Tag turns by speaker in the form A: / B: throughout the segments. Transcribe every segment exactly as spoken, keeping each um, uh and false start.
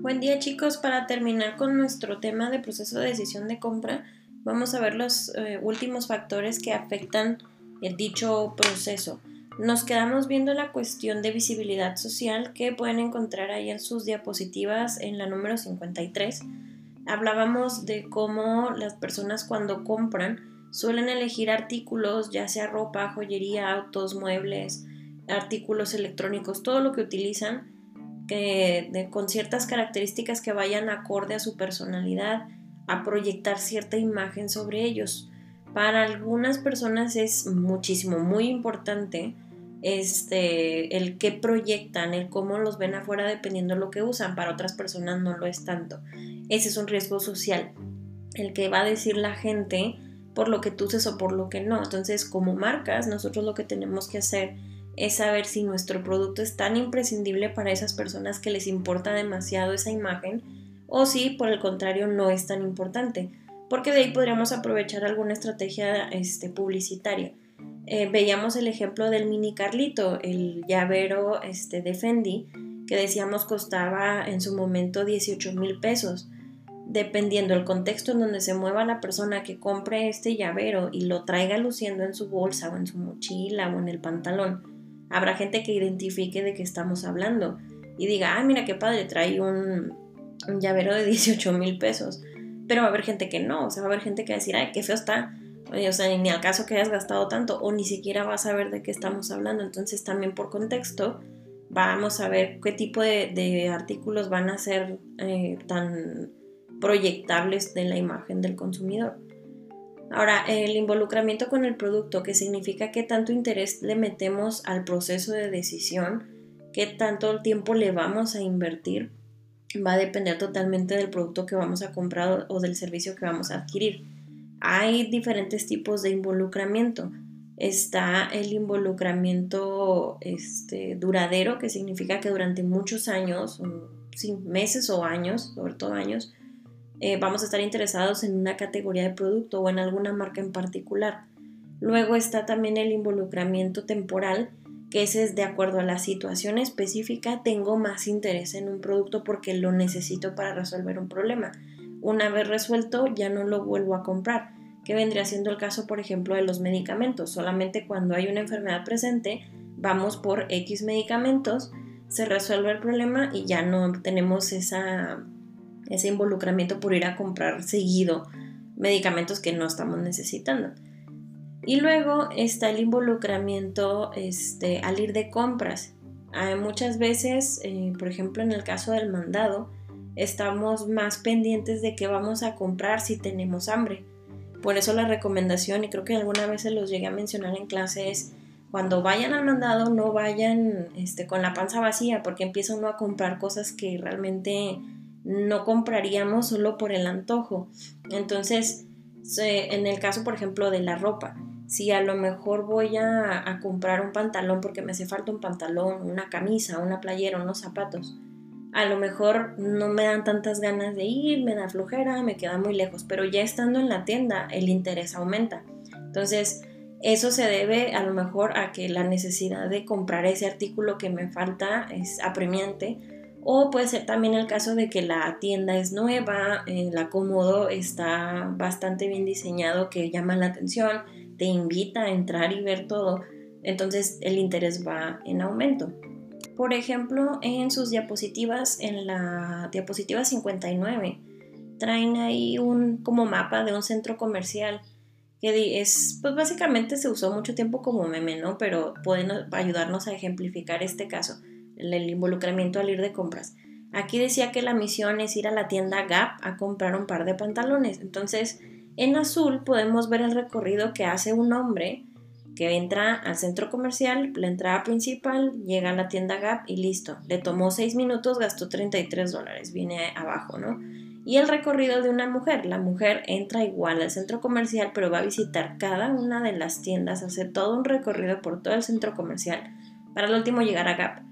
A: Buen día, chicos. Para terminar con nuestro tema de proceso de decisión de compra, vamos a ver los eh, últimos factores que afectan el dicho proceso. Nos quedamos viendo la cuestión de visibilidad social que pueden encontrar ahí en sus diapositivas en la número cincuenta y tres. Hablábamos de cómo las personas cuando compran suelen elegir artículos, ya sea ropa, joyería, autos, muebles, artículos electrónicos, todo lo que utilizan que, de, con ciertas características que vayan acorde a su personalidad, a proyectar cierta imagen sobre ellos. Para algunas personas es muchísimo, muy importante este, el qué proyectan, el cómo los ven afuera dependiendo de lo que usan. Para otras personas no lo es tanto. Ese es un riesgo social, el que va a decir la gente por lo que tú uses o por lo que no. Entonces, como marcas, nosotros lo que tenemos que hacer es saber si nuestro producto es tan imprescindible para esas personas que les importa demasiado esa imagen o si por el contrario no es tan importante, porque de ahí podríamos aprovechar alguna estrategia este, publicitaria. Eh, veíamos el ejemplo del mini Carlito, el llavero este, de Fendi, que decíamos costaba en su momento dieciocho mil pesos. Dependiendo del contexto en donde se mueva la persona que compre este llavero y lo traiga luciendo en su bolsa o en su mochila o en el pantalón, habrá gente que identifique de qué estamos hablando y diga, ah, mira qué padre, trae un, un llavero de dieciocho mil pesos. Pero va a haber gente que no, o sea, va a haber gente que va a decir, ay, qué feo está, o sea, ni al caso que hayas gastado tanto, o ni siquiera vas a saber de qué estamos hablando. Entonces también por contexto vamos a ver qué tipo de, de artículos van a ser eh, tan proyectables de la imagen del consumidor. Ahora, el involucramiento con el producto, que significa qué tanto interés le metemos al proceso de decisión, qué tanto tiempo le vamos a invertir, va a depender totalmente del producto que vamos a comprar o del servicio que vamos a adquirir. Hay diferentes tipos de involucramiento. Está el involucramiento este, duradero, que significa que durante muchos años, sí, meses o años, sobre todo años, Eh, vamos a estar interesados en una categoría de producto o en alguna marca en particular. Luego está también el involucramiento temporal, que ese es de acuerdo a la situación específica, tengo más interés en un producto porque lo necesito para resolver un problema. Una vez resuelto ya no lo vuelvo a comprar, que vendría siendo el caso, por ejemplo, de los medicamentos. Solamente cuando hay una enfermedad presente vamos por X medicamentos, se resuelve el problema y ya no tenemos esa ese involucramiento por ir a comprar seguido medicamentos que no estamos necesitando. Y luego está el involucramiento este, al ir de compras. Hay muchas veces, eh, por ejemplo en el caso del mandado, estamos más pendientes de qué vamos a comprar si tenemos hambre. Por eso la recomendación, y creo que alguna vez se los llegué a mencionar en clase, es cuando vayan al mandado no vayan este, con la panza vacía, porque empieza uno a comprar cosas que realmente no compraríamos solo por el antojo. Entonces, en el caso, por ejemplo, de la ropa, si a lo mejor voy a, a comprar un pantalón porque me hace falta un pantalón, una camisa, una playera, unos zapatos, a lo mejor no me dan tantas ganas de ir, me da flojera, me queda muy lejos, pero ya estando en la tienda el interés aumenta. Entonces, eso se debe a lo mejor a que la necesidad de comprar ese artículo que me falta es apremiante. O puede ser también el caso de que la tienda es nueva, el acomodo está bastante bien diseñado, que llama la atención, te invita a entrar y ver todo, entonces el interés va en aumento. Por ejemplo, en sus diapositivas, en la diapositiva cincuenta y nueve, traen ahí un como mapa de un centro comercial que es, pues básicamente se usó mucho tiempo como meme, ¿no? Pero pueden ayudarnos a ejemplificar este caso, el involucramiento al ir de compras. Aquí decía que la misión es ir a la tienda Gap a comprar un par de pantalones. Entonces, en azul podemos ver el recorrido que hace un hombre que entra al centro comercial, la entrada principal, llega a la tienda Gap y listo. Le tomó seis minutos, gastó treinta y tres dólares, viene abajo, ¿no? Y el recorrido de una mujer, la mujer entra igual al centro comercial, pero va a visitar cada una de las tiendas, hace todo un recorrido por todo el centro comercial, para al último llegar a Gap.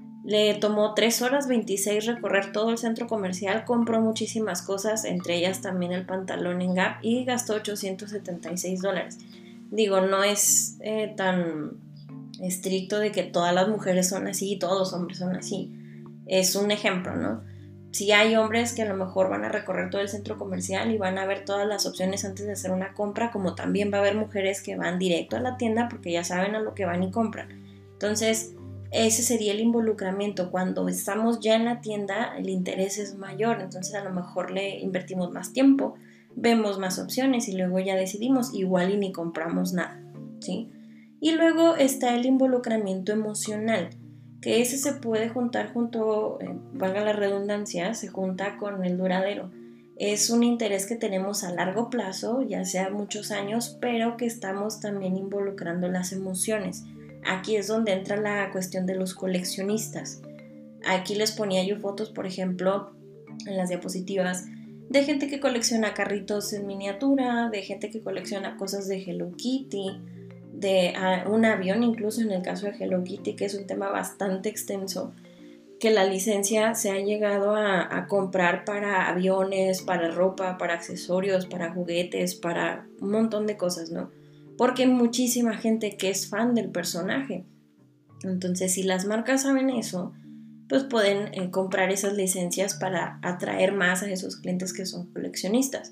A: Le tomó tres horas veintiséis recorrer todo el centro comercial, compró muchísimas cosas, entre ellas también el pantalón en Gap, y gastó ochocientos setenta y seis dólares. Digo, no es eh, tan estricto de que todas las mujeres son así y todos los hombres son así. Es un ejemplo, ¿no? Si hay hombres que a lo mejor van a recorrer todo el centro comercial y van a ver todas las opciones antes de hacer una compra, como también va a haber mujeres que van directo a la tienda porque ya saben a lo que van y compran. Entonces, ese sería el involucramiento. Cuando estamos ya en la tienda, el interés es mayor, entonces a lo mejor le invertimos más tiempo, vemos más opciones y luego ya decidimos, igual y ni compramos nada, ¿sí? Y luego está el involucramiento emocional, que ese se puede juntar junto, eh, valga la redundancia, se junta con el duradero. Es un interés que tenemos a largo plazo, ya sea muchos años, pero que estamos también involucrando las emociones. Aquí es donde entra la cuestión de los coleccionistas. Aquí les ponía yo fotos, por ejemplo, en las diapositivas, de gente que colecciona carritos en miniatura, de gente que colecciona cosas de Hello Kitty, de uh, un avión, incluso en el caso de Hello Kitty, que es un tema bastante extenso, que la licencia se ha llegado a, a comprar para aviones, para ropa, para accesorios, para juguetes, para un montón de cosas, ¿no? Porque hay muchísima gente que es fan del personaje. Entonces, si las marcas saben eso, pues pueden eh, comprar esas licencias para atraer más a esos clientes que son coleccionistas.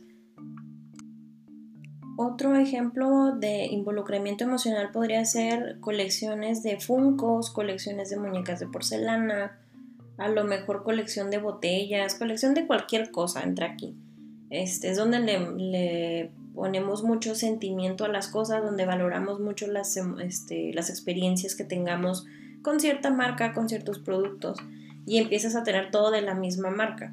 A: Otro ejemplo de involucramiento emocional podría ser colecciones de Funkos, colecciones de muñecas de porcelana, a lo mejor colección de botellas, colección de cualquier cosa entra aquí. Este es donde le, le ponemos mucho sentimiento a las cosas, donde valoramos mucho las, este, las experiencias que tengamos con cierta marca, con ciertos productos, y empiezas a tener todo de la misma marca.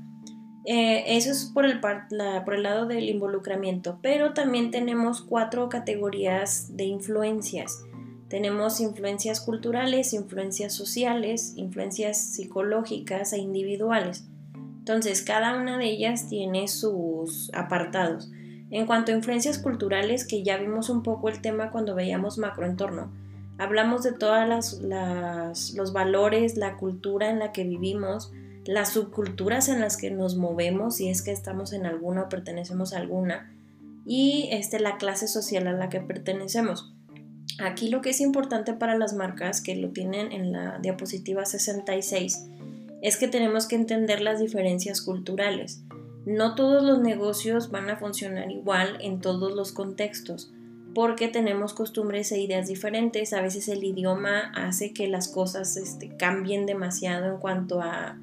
A: Eh, eso es por el, par, la, por el lado del involucramiento, pero también tenemos cuatro categorías de influencias. Tenemos influencias culturales, influencias sociales, influencias psicológicas e individuales. Entonces, cada una de ellas tiene sus apartados. En cuanto a influencias culturales, que ya vimos un poco el tema cuando veíamos macroentorno, hablamos de todas las, las los valores, la cultura en la que vivimos, las subculturas en las que nos movemos, si es que estamos en alguna o pertenecemos a alguna, y este, la clase social a la que pertenecemos. Aquí lo que es importante para las marcas, que lo tienen en la diapositiva sesenta y seis, es que tenemos que entender las diferencias culturales. No todos los negocios van a funcionar igual en todos los contextos, porque tenemos costumbres e ideas diferentes. A veces el idioma hace que las cosas este, cambien demasiado en cuanto a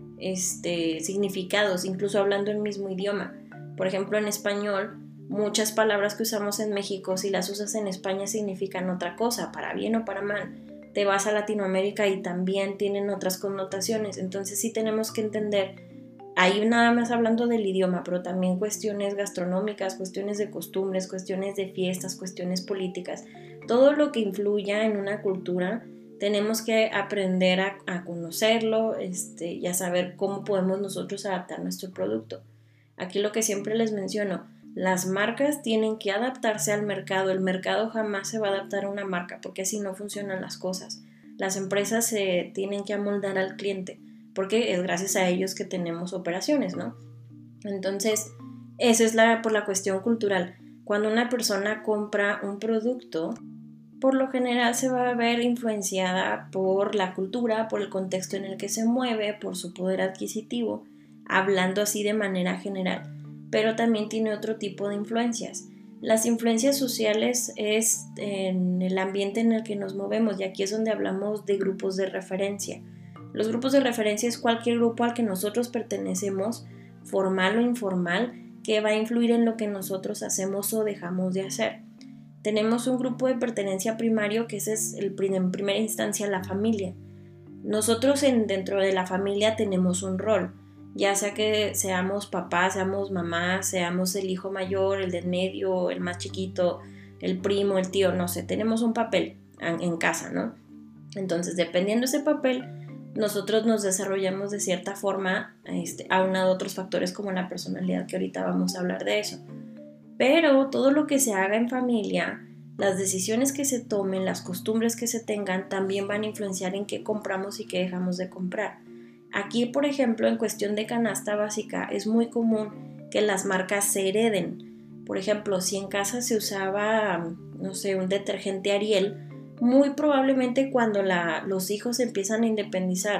A: Este, significados, incluso hablando el mismo idioma. Por ejemplo, en español, muchas palabras que usamos en México, si las usas en España, significan otra cosa, para bien o para mal. Te vas a Latinoamérica y también tienen otras connotaciones. Entonces sí tenemos que entender, ahí nada más hablando del idioma, pero también cuestiones gastronómicas, cuestiones de costumbres, cuestiones de fiestas, cuestiones políticas. Todo lo que influya en una cultura, tenemos que aprender a, a conocerlo este, y a saber cómo podemos nosotros adaptar nuestro producto. Aquí lo que siempre les menciono, las marcas tienen que adaptarse al mercado. El mercado jamás se va a adaptar a una marca porque así no funcionan las cosas. Las empresas se tienen que amoldar al cliente porque es gracias a ellos que tenemos operaciones, ¿no? Entonces, esa es la, por la cuestión cultural. Cuando una persona compra un producto, por lo general se va a ver influenciada por la cultura, por el contexto en el que se mueve, por su poder adquisitivo, hablando así de manera general, pero también tiene otro tipo de influencias. Las influencias sociales es en el ambiente en el que nos movemos, y aquí es donde hablamos de grupos de referencia. Los grupos de referencia es cualquier grupo al que nosotros pertenecemos, formal o informal, que va a influir en lo que nosotros hacemos o dejamos de hacer. Tenemos un grupo de pertenencia primario, que ese es el, en primera instancia la familia. Nosotros en, dentro de la familia tenemos un rol, ya sea que seamos papá, seamos mamá, seamos el hijo mayor, el del medio, el más chiquito, el primo, el tío, no sé, tenemos un papel en, en casa, ¿no? Entonces, dependiendo de ese papel, nosotros nos desarrollamos de cierta forma, este, aunado a otros factores como la personalidad, que ahorita vamos a hablar de eso. Pero todo lo que se haga en familia, las decisiones que se tomen, las costumbres que se tengan, también van a influenciar en qué compramos y qué dejamos de comprar. Aquí, por ejemplo, en cuestión de canasta básica, es muy común que las marcas se hereden. Por ejemplo, si en casa se usaba, no sé, un detergente Ariel, muy probablemente cuando la, los hijos empiezan a independizar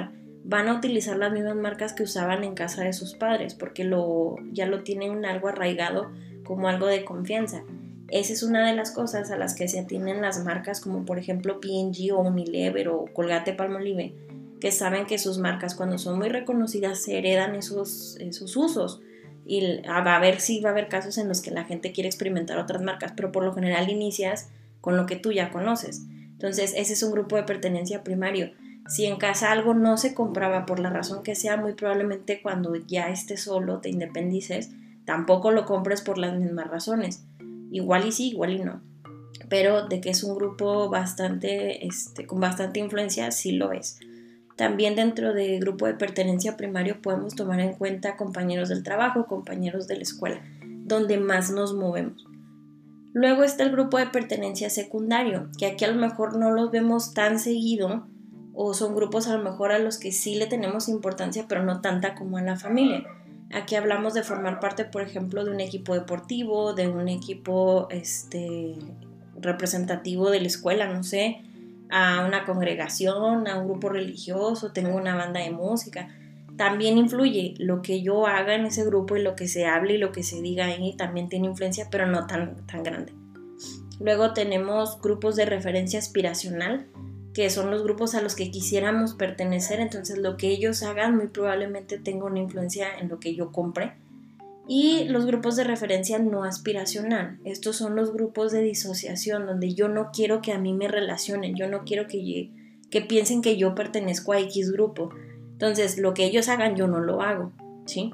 A: van a utilizar las mismas marcas que usaban en casa de sus padres, porque lo, ya lo tienen algo arraigado como algo de confianza. Esa es una de las cosas a las que se atienden las marcas como por ejemplo P and G o Unilever o Colgate-Palmolive, que saben que sus marcas cuando son muy reconocidas se heredan esos, esos usos. Y va a ver si va a haber casos en los que la gente quiere experimentar otras marcas, pero por lo general inicias con lo que tú ya conoces. Entonces ese es un grupo de pertenencia primario. Si en casa algo no se compraba por la razón que sea, muy probablemente cuando ya estés solo, te independices, tampoco lo compres por las mismas razones. Igual y sí, igual y no. Pero de que es un grupo bastante, este, con bastante influencia, sí lo es. También dentro del grupo de pertenencia primario podemos tomar en cuenta compañeros del trabajo, compañeros de la escuela, donde más nos movemos. Luego está el grupo de pertenencia secundario, que aquí a lo mejor no los vemos tan seguido, o son grupos a lo mejor a los que sí le tenemos importancia, pero no tanta como a la familia. Aquí hablamos de formar parte, por ejemplo, de un equipo deportivo, de un equipo este, representativo de la escuela, no sé, a una congregación, a un grupo religioso, tengo una banda de música. También influye lo que yo haga en ese grupo y lo que se hable y lo que se diga ahí, también tiene influencia, pero no tan, tan grande. Luego tenemos grupos de referencia aspiracional, que son los grupos a los que quisiéramos pertenecer, entonces lo que ellos hagan muy probablemente tenga una influencia en lo que yo compre. Y los grupos de referencia no aspiracional, estos son los grupos de disociación, donde yo no quiero que a mí me relacionen, yo no quiero que, que piensen que yo pertenezco a X grupo, entonces lo que ellos hagan yo no lo hago, ¿sí?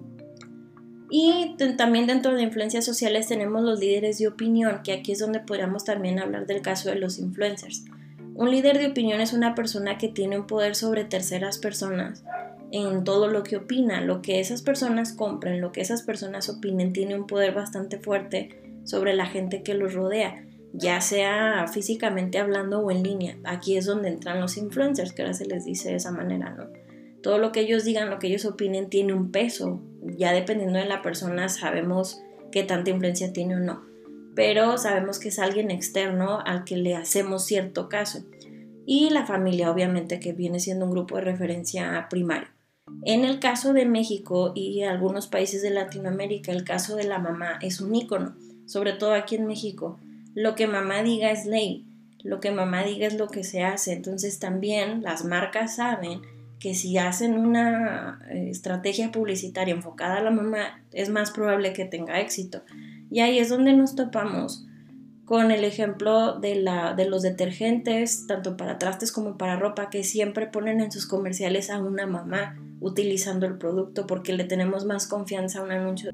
A: Y también dentro de influencias sociales tenemos los líderes de opinión, que aquí es donde podríamos también hablar del caso de los influencers. Un líder de opinión es una persona que tiene un poder sobre terceras personas en todo lo que opina. Lo que esas personas compren, lo que esas personas opinen, tiene un poder bastante fuerte sobre la gente que los rodea, ya sea físicamente hablando o en línea. Aquí es donde entran los influencers, que ahora se les dice de esa manera, ¿no? Todo lo que ellos digan, lo que ellos opinen, tiene un peso. Ya dependiendo de la persona sabemos qué tanta influencia tiene o no. Pero sabemos que es alguien externo al que le hacemos cierto caso. Y la familia, obviamente, que viene siendo un grupo de referencia primario. En el caso de México y algunos países de Latinoamérica, el caso de la mamá es un ícono, sobre todo aquí en México. Lo que mamá diga es ley, lo que mamá diga es lo que se hace. Entonces también las marcas saben que si hacen una estrategia publicitaria enfocada a la mamá, es más probable que tenga éxito. Y ahí es donde nos topamos con el ejemplo de, la, de los detergentes, tanto para trastes como para ropa, que siempre ponen en sus comerciales a una mamá utilizando el producto porque le tenemos más confianza a un anuncio.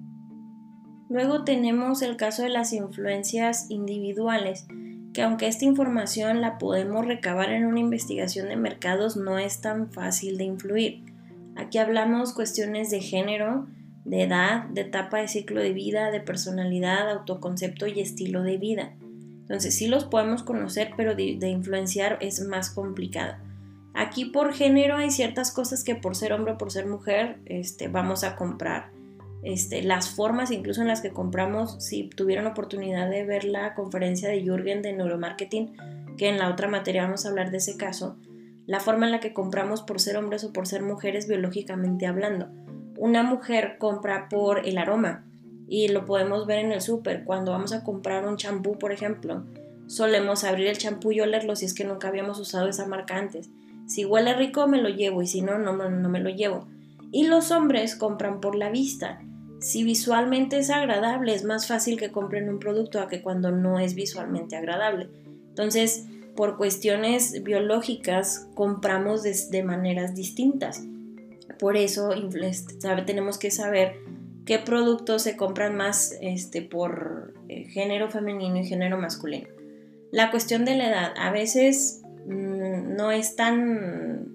A: Luego tenemos el caso de las influencias individuales, que aunque esta información la podemos recabar en una investigación de mercados, no es tan fácil de influir. Aquí hablamos cuestiones de género, de edad, de etapa de ciclo de vida, de personalidad, autoconcepto y estilo de vida. Entonces sí los podemos conocer, pero de, de influenciar es más complicado. Aquí por género hay ciertas cosas que por ser hombre o por ser mujer este, vamos a comprar. Este, las formas incluso en las que compramos, si tuvieron oportunidad de ver la conferencia de Jürgen de neuromarketing, que en la otra materia vamos a hablar de ese caso, la forma en la que compramos por ser hombres o por ser mujeres biológicamente hablando. Una mujer compra por el aroma y lo podemos ver en el súper. Cuando vamos a comprar un champú, por ejemplo, solemos abrir el champú y olerlo si es que nunca habíamos usado esa marca antes. Si huele rico me lo llevo y si no, no, no me lo llevo. Y los hombres compran por la vista. Si visualmente es agradable, es más fácil que compren un producto a que cuando no es visualmente agradable. Entonces, por cuestiones biológicas, compramos de, de maneras distintas. Por eso sabe, tenemos que saber qué productos se compran más este, por eh, género femenino y género masculino. La cuestión de la edad, a veces mmm, no es tan...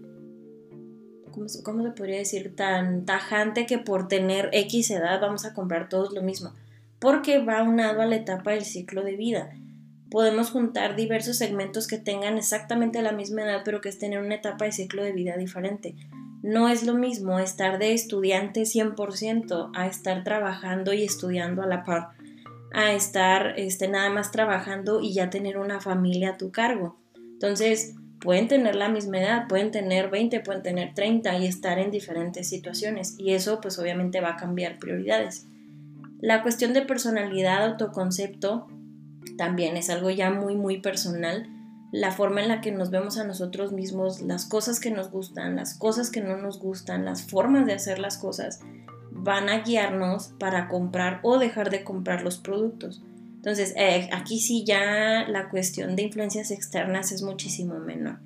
A: ¿Cómo, ¿Cómo se podría decir? Tan tajante que por tener X edad vamos a comprar todos lo mismo, porque va aunado a la etapa del ciclo de vida. Podemos juntar diversos segmentos que tengan exactamente la misma edad, pero que estén en una etapa de ciclo de vida diferente. No es lo mismo estar de estudiante cien por ciento a estar trabajando y estudiando a la par, a estar este, nada más trabajando y ya tener una familia a tu cargo. Entonces, pueden tener la misma edad, pueden tener veinte, pueden tener treinta y estar en diferentes situaciones, y eso pues obviamente va a cambiar prioridades. La cuestión de personalidad, autoconcepto, también es algo ya muy muy personal. La forma en la que nos vemos a nosotros mismos, las cosas que nos gustan, las cosas que no nos gustan, las formas de hacer las cosas van a guiarnos para comprar o dejar de comprar los productos. Entonces eh, aquí sí ya la cuestión de influencias externas es muchísimo menor.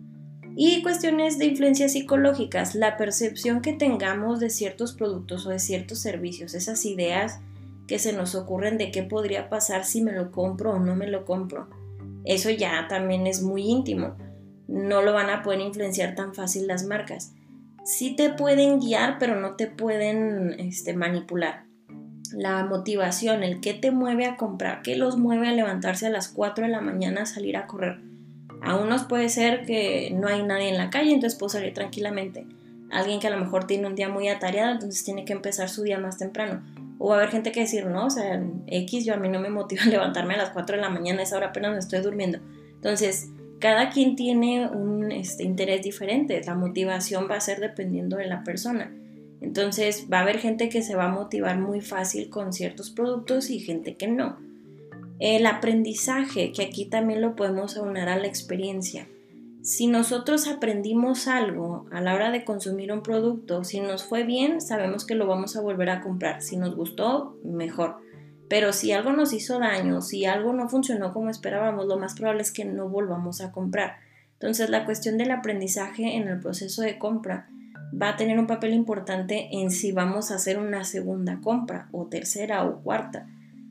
A: Y cuestiones de influencias psicológicas, la percepción que tengamos de ciertos productos o de ciertos servicios, esas ideas que se nos ocurren de qué podría pasar si me lo compro o no me lo compro. Eso ya también es muy íntimo, no lo van a poder influenciar tan fácil las marcas. Sí te pueden guiar, pero no te pueden este, manipular. La motivación, el qué te mueve a comprar, qué los mueve a levantarse a las cuatro de la mañana a salir a correr. A unos puede ser que no hay nadie en la calle, entonces puedo salir tranquilamente. Alguien que a lo mejor tiene un día muy atareado, entonces tiene que empezar su día más temprano. O va a haber gente que decir, no, o sea, X, yo a mí no me motiva a levantarme a las cuatro de la mañana, a esa hora apenas me estoy durmiendo. Entonces, cada quien tiene un este, interés diferente, la motivación va a ser dependiendo de la persona. Entonces, va a haber gente que se va a motivar muy fácil con ciertos productos y gente que no. El aprendizaje, que aquí también lo podemos aunar a la experiencia. Si nosotros aprendimos algo a la hora de consumir un producto, si nos fue bien, sabemos que lo vamos a volver a comprar. Si nos gustó, mejor. Pero si algo nos hizo daño, si algo no funcionó como esperábamos, lo más probable es que no volvamos a comprar. Entonces, la cuestión del aprendizaje en el proceso de compra va a tener un papel importante en si vamos a hacer una segunda compra, o tercera o cuarta.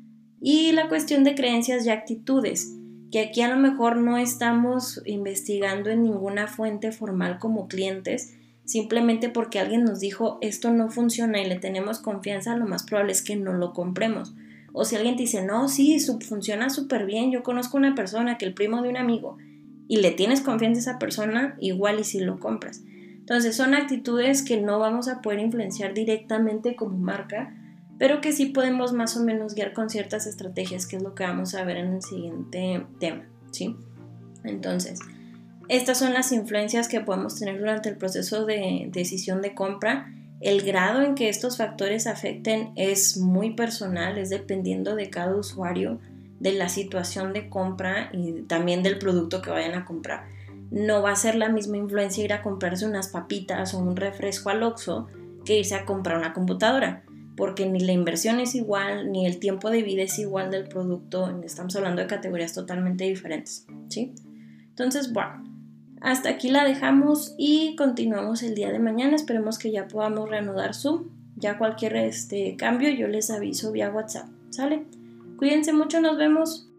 A: Y la cuestión de creencias y actitudes, que aquí a lo mejor no estamos investigando en ninguna fuente formal como clientes, simplemente porque alguien nos dijo esto no funciona y le tenemos confianza, lo más probable es que no lo compremos. O si alguien te dice, no, sí, funciona súper bien, yo conozco una persona que el primo de un amigo, y le tienes confianza a esa persona, igual y si lo compras. Entonces son actitudes que no vamos a poder influenciar directamente como marca, pero que sí podemos más o menos guiar con ciertas estrategias, que es lo que vamos a ver en el siguiente tema, ¿sí? Entonces, estas son las influencias que podemos tener durante el proceso de decisión de compra. El grado en que estos factores afecten es muy personal, es dependiendo de cada usuario, de la situación de compra y también del producto que vayan a comprar. No va a ser la misma influencia ir a comprarse unas papitas o un refresco al Oxxo que irse a comprar una computadora, porque ni la inversión es igual, ni el tiempo de vida es igual del producto. Estamos hablando de categorías totalmente diferentes, ¿sí? Entonces, bueno, hasta aquí la dejamos y continuamos el día de mañana. Esperemos que ya podamos reanudar Zoom. Ya cualquier este, cambio yo les aviso vía WhatsApp, ¿sale? Cuídense mucho, nos vemos.